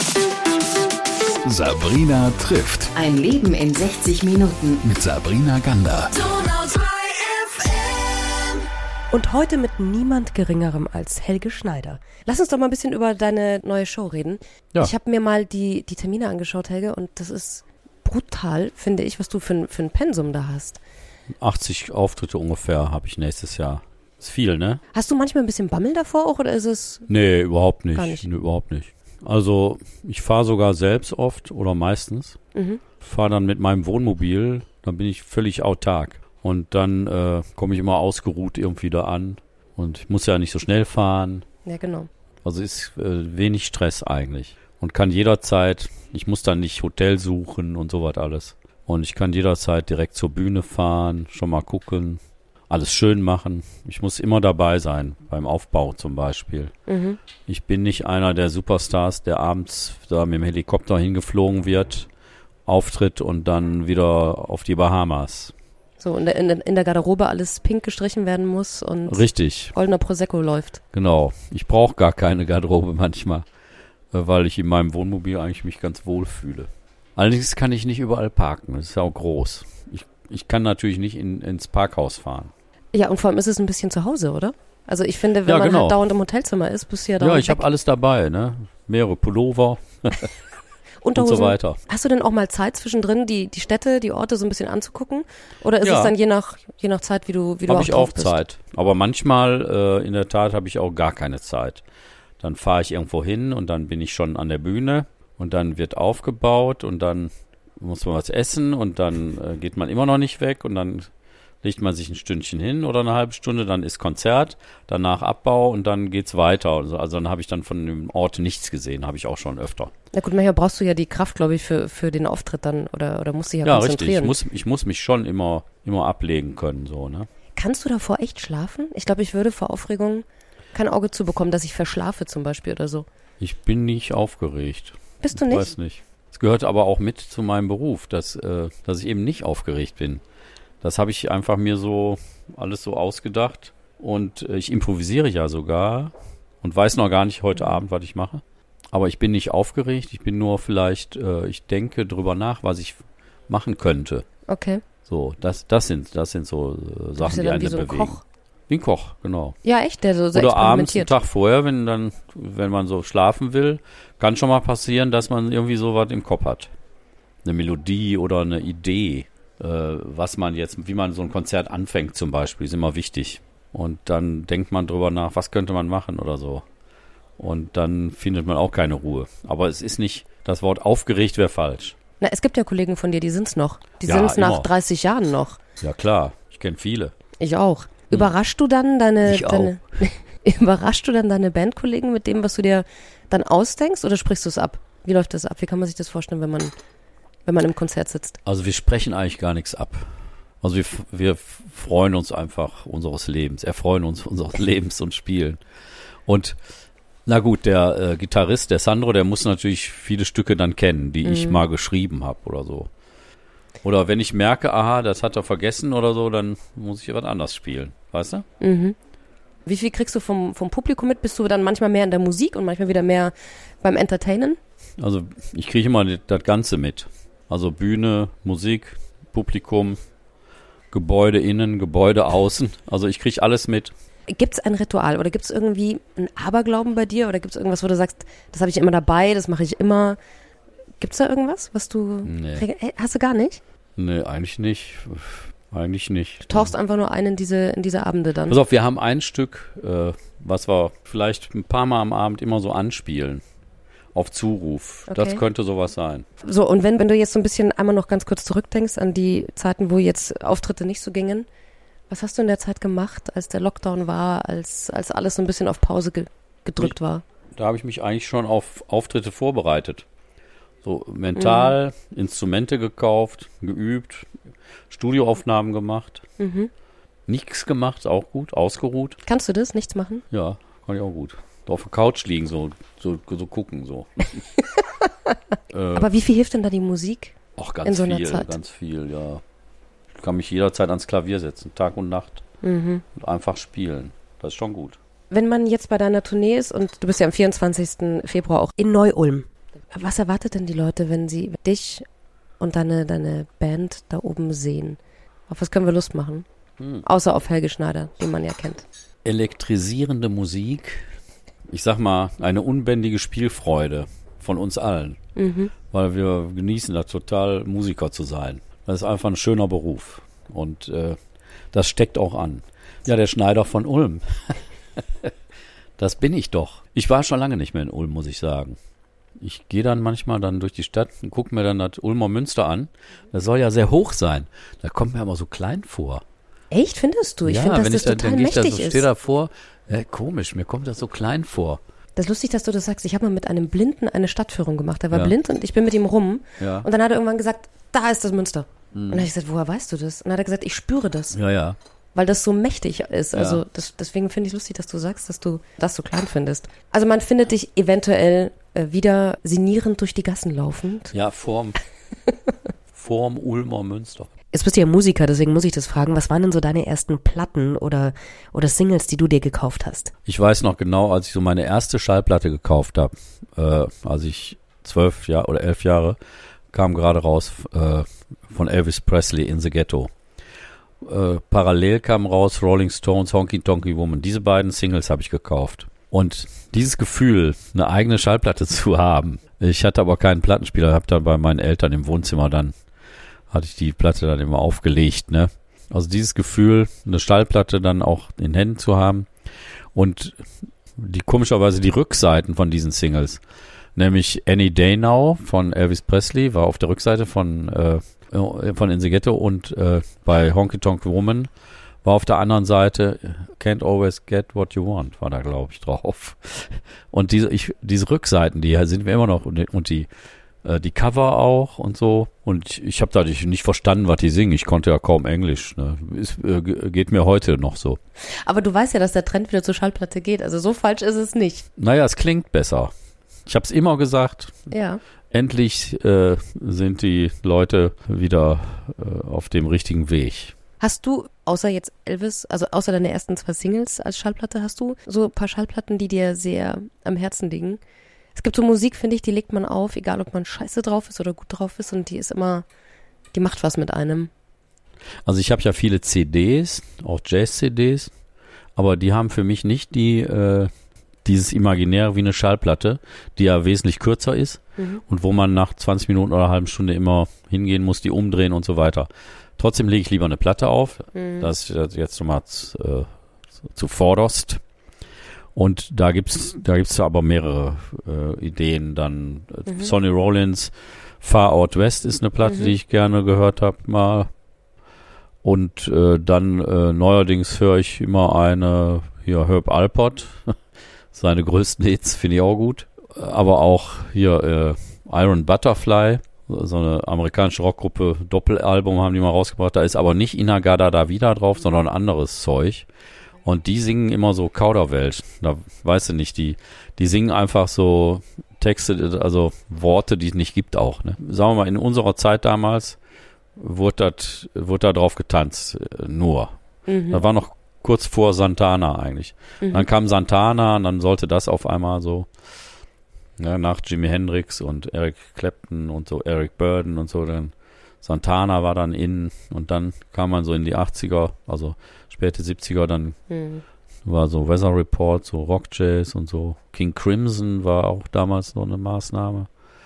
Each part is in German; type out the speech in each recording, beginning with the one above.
Sabrina trifft. Ein Leben in 60 Minuten. Mit Sabrina Gander. Und heute mit niemand Geringerem als Helge Schneider. Lass uns doch mal ein bisschen über deine neue Show reden. Ja. Ich habe mir mal die Termine angeschaut, Helge, und das ist brutal, finde ich, was du für ein Pensum da hast. 80 Auftritte ungefähr habe ich nächstes Jahr. Ist viel, ne? Hast du manchmal ein bisschen Bammel davor auch, oder ist es... Nee, überhaupt nicht. Gar nicht? Nee, überhaupt nicht. Also ich fahre sogar selbst oft oder meistens. Fahre dann mit meinem Wohnmobil, dann bin ich völlig autark. Und dann komme ich immer ausgeruht irgendwie da an. Und ich muss ja nicht so schnell fahren. Ja, genau. Also ist wenig Stress eigentlich. Und kann jederzeit, ich muss dann nicht Hotel suchen und sowas alles. Und ich kann jederzeit direkt zur Bühne fahren, schon mal gucken, alles schön machen. Ich muss immer dabei sein, beim Aufbau zum Beispiel. Ich bin nicht einer der Superstars, der abends da mit dem Helikopter hingeflogen wird, auftritt und dann wieder auf die Bahamas. So, in der Garderobe alles pink gestrichen werden muss und Richtig, goldener Prosecco läuft. genau. Ich brauche gar keine Garderobe manchmal, weil ich in meinem Wohnmobil eigentlich mich ganz wohl fühle. Allerdings kann ich nicht überall parken, das ist ja auch groß. Ich kann natürlich nicht ins Parkhaus fahren. Ja, und vor allem ist es ein bisschen zu Hause, oder? Also ich finde, wenn Ja, man genau. halt dauernd im Hotelzimmer ist, bist du ja dauernd Ja, ich habe alles dabei, ne? Mehrere Pullover Unterhosen. und so weiter. Hast du denn auch mal Zeit zwischendrin, die Städte, die Orte so ein bisschen anzugucken? Oder ist Ja. es dann je nach Zeit, wie du Habe auch ich drauf auch bist? Zeit. Aber manchmal, in der Tat, habe ich auch gar keine Zeit. Dann fahre ich irgendwo hin und dann bin ich schon an der Bühne und dann wird aufgebaut und dann muss man was essen und dann geht man immer noch nicht weg und dann legt man sich ein Stündchen hin oder eine halbe Stunde, dann ist Konzert, danach Abbau und dann geht's weiter. Also dann habe ich dann von dem Ort nichts gesehen, habe ich auch schon öfter. Na gut, manchmal brauchst du ja die Kraft, glaube ich, für den Auftritt dann oder musst dich ja Ja, richtig. konzentrieren. Ich muss mich schon immer ablegen können, so, ne? Kannst du davor echt schlafen? Ich glaube, ich würde vor Aufregung kein Auge zubekommen, dass ich verschlafe zum Beispiel oder so. Ich bin nicht aufgeregt. Bist du Ich nicht? weiß nicht. Es gehört aber auch mit zu meinem Beruf, dass ich eben nicht aufgeregt bin. Das habe ich einfach mir so alles so ausgedacht und ich improvisiere ja sogar und weiß noch gar nicht heute Abend, was ich mache. Aber ich bin nicht aufgeregt, ich bin nur vielleicht, ich denke drüber nach, was ich machen könnte. Okay. So, das sind so Du bist Sachen, ja die dann einen wie so ein bewegen. Koch. Wie ein Koch, genau. Ja, echt, der so Oder abends, einen experimentiert. Tag vorher, wenn man so schlafen will, kann schon mal passieren, dass man irgendwie sowas im Kopf hat. Eine Melodie oder eine Idee, wie man so ein Konzert anfängt zum Beispiel, ist immer wichtig. Und dann denkt man drüber nach, was könnte man machen oder so. Und dann findet man auch keine Ruhe. Aber es ist nicht, das Wort aufgeregt wäre falsch. Na, es gibt ja Kollegen von dir, die sind's noch. Die Ja, sind's nach immer. 30 Jahren noch. Ja klar, ich kenne viele. Ich auch. Überraschst du dann deine Überraschst du dann deine Bandkollegen mit dem, was du dir dann ausdenkst, oder sprichst du es ab? Wie läuft das ab? Wie kann man sich das vorstellen, wenn man im Konzert sitzt? Also wir sprechen eigentlich gar nichts ab. Also wir freuen uns einfach unseres Lebens, erfreuen uns unseres Lebens und spielen. Und na gut, der Gitarrist, der Sandro, der muss natürlich viele Stücke dann kennen, die ich mal geschrieben habe oder so. Oder wenn ich merke, aha, das hat er vergessen oder so, dann muss ich was anderes spielen, weißt du? Wie viel kriegst du vom Publikum mit? Bist du dann manchmal mehr in der Musik und manchmal wieder mehr beim Entertainen? Also ich kriege immer das Ganze mit. Also Bühne, Musik, Publikum, Gebäude innen, Gebäude außen. Also ich kriege alles mit. Gibt es ein Ritual oder gibt es irgendwie einen Aberglauben bei dir oder gibt es irgendwas, wo du sagst, das habe ich immer dabei, das mache ich immer? Gibt es da irgendwas, was du... Nee. Hast du gar nicht? Nee, eigentlich nicht. Eigentlich nicht. Du tauchst einfach nur ein in diese Abende dann. Pass auf, wir haben ein Stück, was wir vielleicht ein paar Mal am Abend immer so anspielen. Auf Zuruf. Okay. Das könnte sowas sein. So, und wenn du jetzt so ein bisschen einmal noch ganz kurz zurückdenkst an die Zeiten, wo jetzt Auftritte nicht so gingen, was hast du in der Zeit gemacht, als der Lockdown war, als alles so ein bisschen auf Pause gedrückt war? Da habe ich mich eigentlich schon auf Auftritte vorbereitet. So mental, Instrumente gekauft, geübt, Studioaufnahmen gemacht. Nichts gemacht, auch gut, ausgeruht. Kannst du das? Nichts machen? Ja, kann ich auch gut. Auf der Couch liegen, so gucken, so. Aber wie viel hilft denn da die Musik? Auch in ganz so einer viel, Zeit? ganz viel, ja. Ich kann mich jederzeit ans Klavier setzen, Tag und Nacht. Und einfach spielen. Das ist schon gut. Wenn man jetzt bei deiner Tournee ist und du bist ja am 24. Februar auch in Neu-Ulm. Was erwartet denn die Leute, wenn sie dich und deine Band da oben sehen? Auf was können wir Lust machen? Außer auf Helge Schneider, den man ja kennt. Elektrisierende Musik, ich sag mal, eine unbändige Spielfreude von uns allen. Weil wir genießen das total, Musiker zu sein. Das ist einfach ein schöner Beruf. Und das steckt auch an. Ja, der Schneider von Ulm. Das bin ich doch. Ich war schon lange nicht mehr in Ulm, muss ich sagen. Ich gehe dann manchmal dann durch die Stadt und gucke mir dann das Ulmer Münster an. Das soll ja sehr hoch sein. Da kommt mir aber so klein vor. Echt, findest du? Ich finde, dass das total mächtig ist. Ich stehe da vor, komisch, mir kommt das so klein vor. Das ist lustig, dass du das sagst. Ich habe mal mit einem Blinden eine Stadtführung gemacht. Der war blind und ich bin mit ihm rum. Ja. Und dann hat er irgendwann gesagt, da ist das Münster. Und dann habe ich gesagt, woher weißt du das? Und dann hat er gesagt, ich spüre das. Ja. Weil das so mächtig ist. Ja. Also deswegen finde ich es lustig, dass du sagst, dass du das so klein findest. Also man findet dich eventuell wieder sinnierend durch die Gassen laufend. Ja, vorm Ulmer Münster. Jetzt bist du ja Musiker, deswegen muss ich das fragen. Was waren denn so deine ersten Platten oder Singles, die du dir gekauft hast? Ich weiß noch genau, als ich so meine erste Schallplatte gekauft habe, als ich 12 oder 11 Jahre, kam gerade raus von Elvis Presley, In the Ghetto. Parallel kam raus Rolling Stones, Honky Tonky Woman. Diese beiden Singles habe ich gekauft. Und dieses Gefühl, eine eigene Schallplatte zu haben, ich hatte aber keinen Plattenspieler, habe dann bei meinen Eltern im Wohnzimmer hatte ich die Platte dann immer aufgelegt, ne? Also dieses Gefühl, eine Schallplatte dann auch in Händen zu haben und komischerweise die Rückseiten von diesen Singles, nämlich Any Day Now von Elvis Presley war auf der Rückseite von In the Ghetto und bei Honky Tonk Woman war auf der anderen Seite Can't Always Get What You Want, war da, glaube ich, drauf. Und diese Rückseiten, die sind mir immer noch und die Cover auch und so. Und ich habe da nicht verstanden, was die singen. Ich konnte ja kaum Englisch. Ne? Geht mir heute noch so. Aber du weißt ja, dass der Trend wieder zur Schallplatte geht. Also so falsch ist es nicht. Naja, es klingt besser. Ich habe es immer gesagt. Ja. Endlich sind die Leute wieder auf dem richtigen Weg. Hast du, außer jetzt Elvis, also außer deine ersten 2 Singles als Schallplatte, hast du so ein paar Schallplatten, die dir sehr am Herzen liegen? Es gibt so Musik, finde ich, die legt man auf, egal ob man scheiße drauf ist oder gut drauf ist und die macht was mit einem. Also ich habe ja viele CDs, auch Jazz-CDs, aber die haben für mich nicht dieses Imaginäre wie eine Schallplatte, die ja wesentlich kürzer ist und wo man nach 20 Minuten oder einer halben Stunde immer hingehen muss, die umdrehen und so weiter. Trotzdem lege ich lieber eine Platte auf, das ist jetzt nochmal zu vorderst. Und da gibt's aber mehrere Ideen. Dann Sonny Rollins, Far Out West ist eine Platte, die ich gerne gehört habe mal. Und dann neuerdings höre ich immer eine Herb Alpert. Seine größten Hits finde ich auch gut. Aber auch hier Iron Butterfly, so eine amerikanische Rockgruppe, Doppelalbum haben die mal rausgebracht. Da ist aber nicht Inagada Davida drauf, sondern anderes Zeug. Und die singen immer so Kauderwelsch. Da weißt du nicht, die singen einfach so Texte, also Worte, die es nicht gibt auch. Ne? Sagen wir mal, in unserer Zeit damals wurde da drauf getanzt, nur. Da war noch kurz vor Santana eigentlich. Dann kam Santana und dann sollte das auf einmal so, nach Jimi Hendrix und Eric Clapton und so, Eric Burden und so, dann Santana war dann in und dann kam man so in die 80er, also späte 70er, dann war so Weather Report, so Rock Jazz und so. King Crimson war auch damals so eine Maßnahme.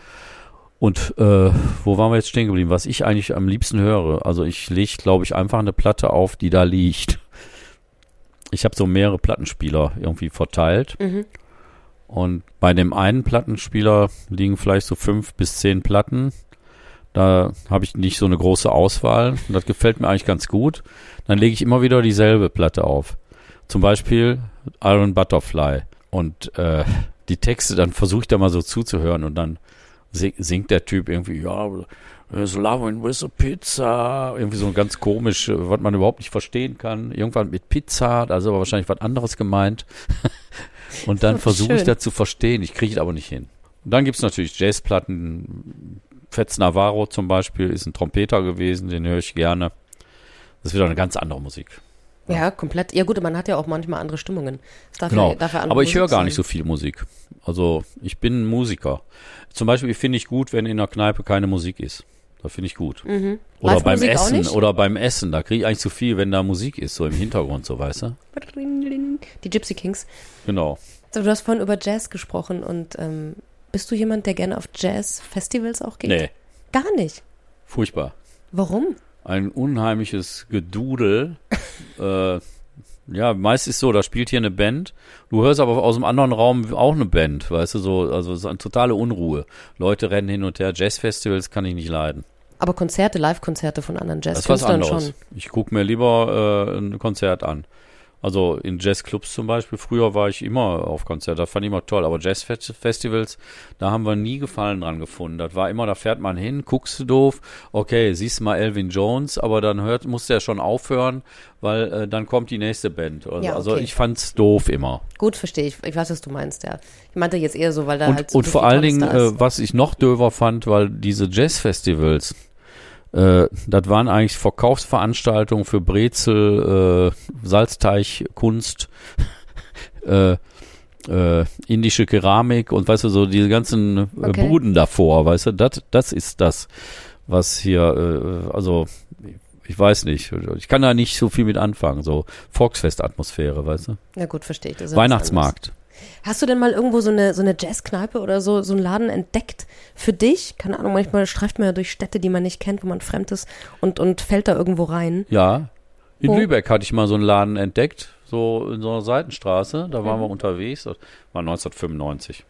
Und wo waren wir jetzt stehen geblieben? Was ich eigentlich am liebsten höre, also ich lege, glaube ich, einfach eine Platte auf, die da liegt. Ich habe so mehrere Plattenspieler irgendwie verteilt. Und bei dem einen Plattenspieler liegen vielleicht so 5 bis 10 Platten. Da habe ich nicht so eine große Auswahl. Und das gefällt mir eigentlich ganz gut. Dann lege ich immer wieder dieselbe Platte auf. Zum Beispiel Iron Butterfly. Und die Texte, dann versuche ich da mal so zuzuhören. Und dann singt der Typ irgendwie, ja, there's loving with a pizza. Irgendwie so ganz komisch, was man überhaupt nicht verstehen kann. Irgendwann mit Pizza, also aber wahrscheinlich was anderes gemeint. Und dann versuche ich das zu verstehen. Ich kriege es aber nicht hin. Und dann gibt es natürlich Jazzplatten. Fats Navarro zum Beispiel ist ein Trompeter gewesen, den höre ich gerne. Das ist wieder eine ganz andere Musik. Ja, komplett. Ja gut, man hat ja auch manchmal andere Stimmungen. Genau, aber ich höre gar nicht so viel Musik. Also ich bin ein Musiker. Zum Beispiel finde ich gut, wenn in der Kneipe keine Musik ist. Da finde ich gut. Mhm. Oder beim Live-Musik auch Essen. nicht? Oder beim Essen. Da kriege ich eigentlich zu viel, wenn da Musik ist, so im Hintergrund, so, weißt du? Die Gypsy Kings. Genau. So, du hast vorhin über Jazz gesprochen und bist du jemand, der gerne auf Jazz-Festivals auch geht? Nee, Gar nicht. furchtbar. Warum? Ein unheimliches Gedudel. Ja, meist ist so, da spielt hier eine Band. Du hörst aber aus dem anderen Raum auch eine Band, weißt du, so, also es ist eine totale Unruhe. Leute rennen hin und her. Jazzfestivals kann ich nicht leiden. Aber Konzerte, Live-Konzerte von anderen Das ist was Jazzkünstlern anderes. schon. Ich gucke mir lieber ein Konzert an. Also in Jazzclubs zum Beispiel, früher war ich immer auf Konzert, das fand ich immer toll, aber Jazzfestivals, da haben wir nie Gefallen dran gefunden. Das war immer, da fährt man hin, guckst du doof, okay, siehst mal Elvin Jones, aber dann muss der schon aufhören, weil dann kommt die nächste Band. Also, Ja, okay. also ich fand's doof immer. Gut, verstehe ich. Ich weiß, was du meinst, ja. Ich meinte jetzt eher so, weil da halt so Und vor viel allen Tolles Dingen, da ist. was ich noch döver fand, weil diese Jazzfestivals, das waren eigentlich Verkaufsveranstaltungen für Brezel, Salzteig, Kunst, indische Keramik und weißt du, so diese ganzen Okay. Buden davor, weißt du, das ist das, was hier, also ich weiß nicht, ich kann da nicht so viel mit anfangen, so Volksfestatmosphäre, weißt du, Ja gut, verstehe ich. Das ist ja was Weihnachtsmarkt. anderes. Hast du denn mal irgendwo so eine Jazzkneipe oder so einen Laden entdeckt für dich? Keine Ahnung, manchmal streift man ja durch Städte, die man nicht kennt, wo man fremd ist und fällt da irgendwo rein. Ja, in Wo? Lübeck hatte ich mal so einen Laden entdeckt, so in so einer Seitenstraße, da waren wir unterwegs, das war 1995.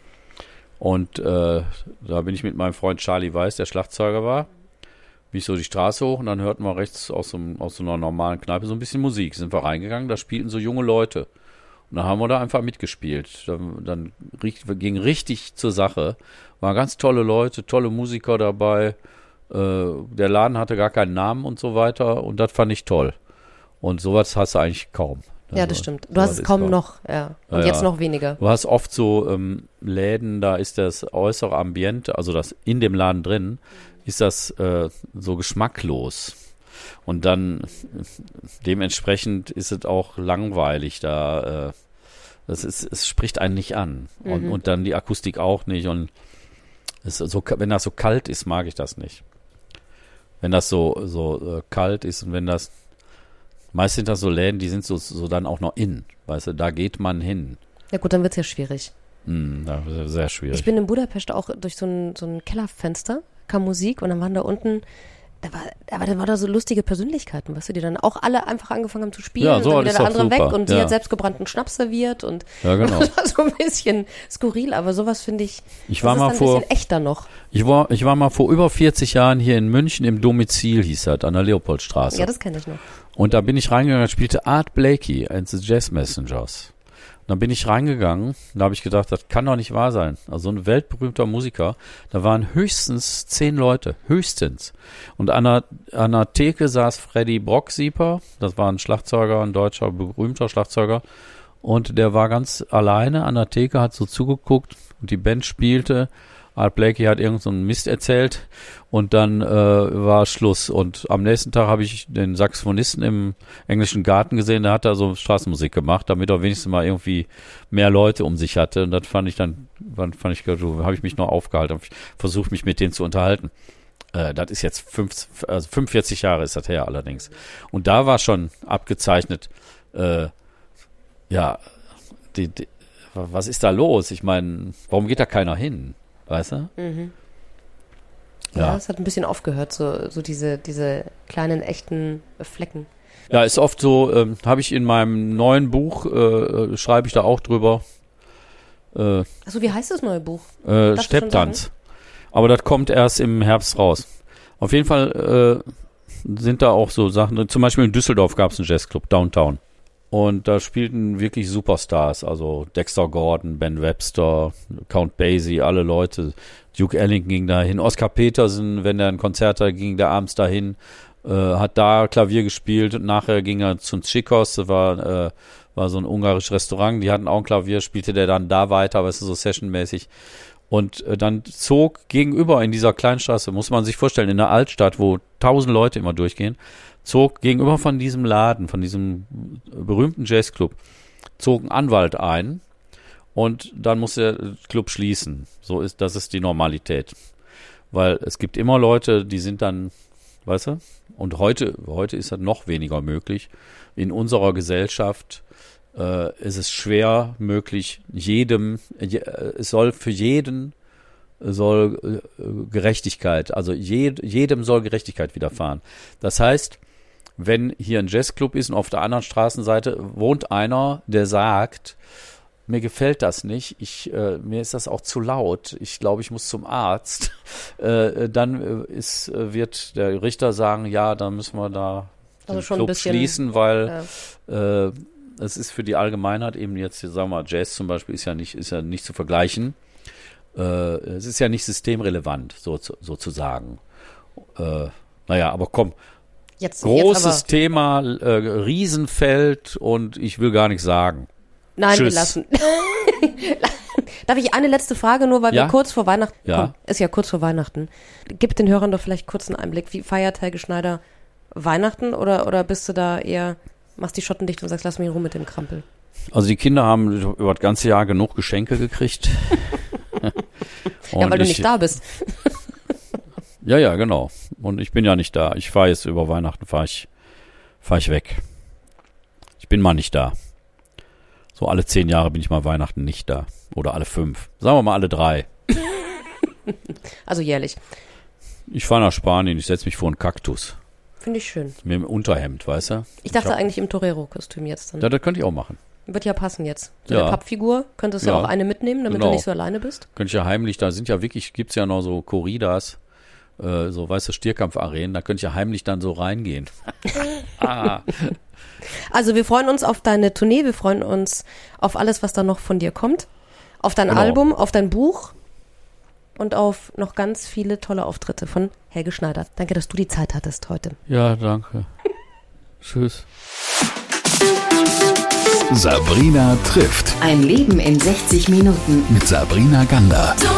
Und da bin ich mit meinem Freund Charlie Weiß, der Schlagzeuger war, bin ich so die Straße hoch und dann hörten wir rechts aus so einer normalen Kneipe so ein bisschen Musik. Sind wir reingegangen, da spielten so junge Leute. Und dann haben wir da einfach mitgespielt. Dann ging richtig zur Sache. Waren ganz tolle Leute, tolle Musiker dabei. Der Laden hatte gar keinen Namen und so weiter. Und das fand ich toll. Und sowas hast du eigentlich kaum. Ja, das stimmt. Du hast es kaum noch, ja. Und Ja, jetzt ja. noch weniger. Du hast oft so Läden, da ist das äußere Ambiente, also das in dem Laden drin, ist das so geschmacklos. Und dann dementsprechend ist es auch langweilig da. Es spricht einen nicht an. Und dann die Akustik auch nicht. Und es ist so, wenn das so kalt ist, mag ich das nicht. Wenn das so kalt ist und wenn das, meist sind das so Läden, die sind so dann auch noch in. Weißt du, da geht man hin. Ja gut, dann wird's ja schwierig. Das ist sehr schwierig. Ich bin in Budapest auch durch so ein Kellerfenster, kam Musik und dann waren da unten, da war da so lustige Persönlichkeiten, weißt du, die dann auch alle einfach angefangen haben zu spielen Ja, und so, dann wieder das der ist doch andere super. weg und sie Ja. hat selbstgebrannten Schnaps serviert und Ja, genau. das war so ein bisschen skurril, aber sowas finde ich, Ich das war ist mal dann vor- ein bisschen echter noch. Ich war mal vor über 40 Jahren hier in München im Domizil, hieß das, an der Leopoldstraße. Ja, das kenne ich noch. Und da bin ich reingegangen, da spielte Art Blakey and the Jazz Messengers. Und dann bin ich reingegangen, da habe ich gedacht, das kann doch nicht wahr sein. Also so ein weltberühmter Musiker, da waren höchstens 10 Leute, höchstens. Und an der Theke saß Freddy Brocksieper, das war ein Schlagzeuger, ein deutscher, berühmter Schlagzeuger. Und der war ganz alleine an der Theke, hat so zugeguckt und die Band spielte. Art Blakey hat irgend so einen Mist erzählt und dann war Schluss. Und am nächsten Tag habe ich den Saxophonisten im englischen Garten gesehen, der hat da so Straßenmusik gemacht, damit er wenigstens mal irgendwie mehr Leute um sich hatte. Und das habe ich mich noch aufgehalten, habe versucht, mich mit denen zu unterhalten. Das ist jetzt 45 Jahre ist das her allerdings. Und da war schon abgezeichnet, was ist da los? Ich meine, warum geht da keiner hin? Weißt du? Ja, es hat ein bisschen aufgehört, so diese kleinen, echten Flecken. Ja, ist oft so, habe ich in meinem neuen Buch, schreibe ich da auch drüber, Achso, wie heißt das neue Buch? Darfst du Stepptanz. Aber das kommt erst im Herbst raus. Auf jeden Fall sind da auch so Sachen, zum Beispiel in Düsseldorf gab es einen Jazzclub, Downtown. Und da spielten wirklich Superstars, also Dexter Gordon, Ben Webster, Count Basie, alle Leute. Duke Ellington ging dahin, Oscar Peterson, wenn er ein Konzert hatte, ging der abends dahin, hat da Klavier gespielt und nachher ging er zum Chicos, das war so ein ungarisches Restaurant, die hatten auch ein Klavier, spielte der dann da weiter, weißt du, so sessionmäßig. Und dann zog gegenüber in dieser Kleinstraße, muss man sich vorstellen, in der Altstadt, wo 1000 Leute immer durchgehen, zog gegenüber von diesem Laden, von diesem berühmten Jazzclub, zog ein Anwalt ein und dann muss der Club schließen. Das ist die Normalität. Weil es gibt immer Leute, die sind dann, weißt du, und heute ist das noch weniger möglich. In unserer Gesellschaft ist es schwer möglich, es soll für jeden Gerechtigkeit, also jedem soll Gerechtigkeit widerfahren. Das heißt, wenn hier ein Jazzclub ist und auf der anderen Straßenseite wohnt einer, der sagt, mir gefällt das nicht, mir ist das auch zu laut, ich glaube, ich muss zum Arzt, dann wird der Richter sagen, ja, dann müssen wir da den Club schließen, weil es ist für die Allgemeinheit eben jetzt, sagen wir mal, Jazz zum Beispiel ist ja nicht zu vergleichen. Es ist ja nicht systemrelevant, sozusagen. Naja, aber komm. Großes Thema, Riesenfeld und ich will gar nichts sagen. Nein, Tschüss. Wir lassen. Darf ich eine letzte Frage, nur weil wir kurz vor Weihnachten kommen? Ist ja kurz vor Weihnachten. Gib den Hörern doch vielleicht kurz einen Einblick. Wie feiert Helge Schneider Weihnachten oder bist du da eher, machst die Schotten dicht und sagst, lass mich in Ruhe mit dem Krampel? Also die Kinder haben über das ganze Jahr genug Geschenke gekriegt. Ja, weil du nicht da bist. Ja, genau. Und ich bin ja nicht da. Ich fahre jetzt über Weihnachten, fahre ich weg. Ich bin mal nicht da. So alle 10 Jahre bin ich mal Weihnachten nicht da. Oder alle 5. Sagen wir mal alle 3. Also jährlich. Ich fahre nach Spanien, ich setze mich vor einen Kaktus. Finde ich schön. Mit dem Unterhemd, weißt du? Ich dachte eigentlich im Torero-Kostüm jetzt dann. Ja, das könnte ich auch machen. Wird ja passen jetzt. So eine Pappfigur, könntest du auch eine mitnehmen, damit du nicht so alleine bist. Könnte ich ja heimlich, da sind ja wirklich, gibt's ja noch so Corridas, so weißt du, Stierkampfarenen, da könnte ich ja heimlich dann so reingehen. Also wir freuen uns auf deine Tournee, wir freuen uns auf alles, was da noch von dir kommt, auf dein Album, auf dein Buch und auf noch ganz viele tolle Auftritte von Helge Schneider. Danke, dass du die Zeit hattest heute. Ja, danke. Tschüss. Sabrina trifft. Ein Leben in 60 Minuten. Mit Sabrina Gander.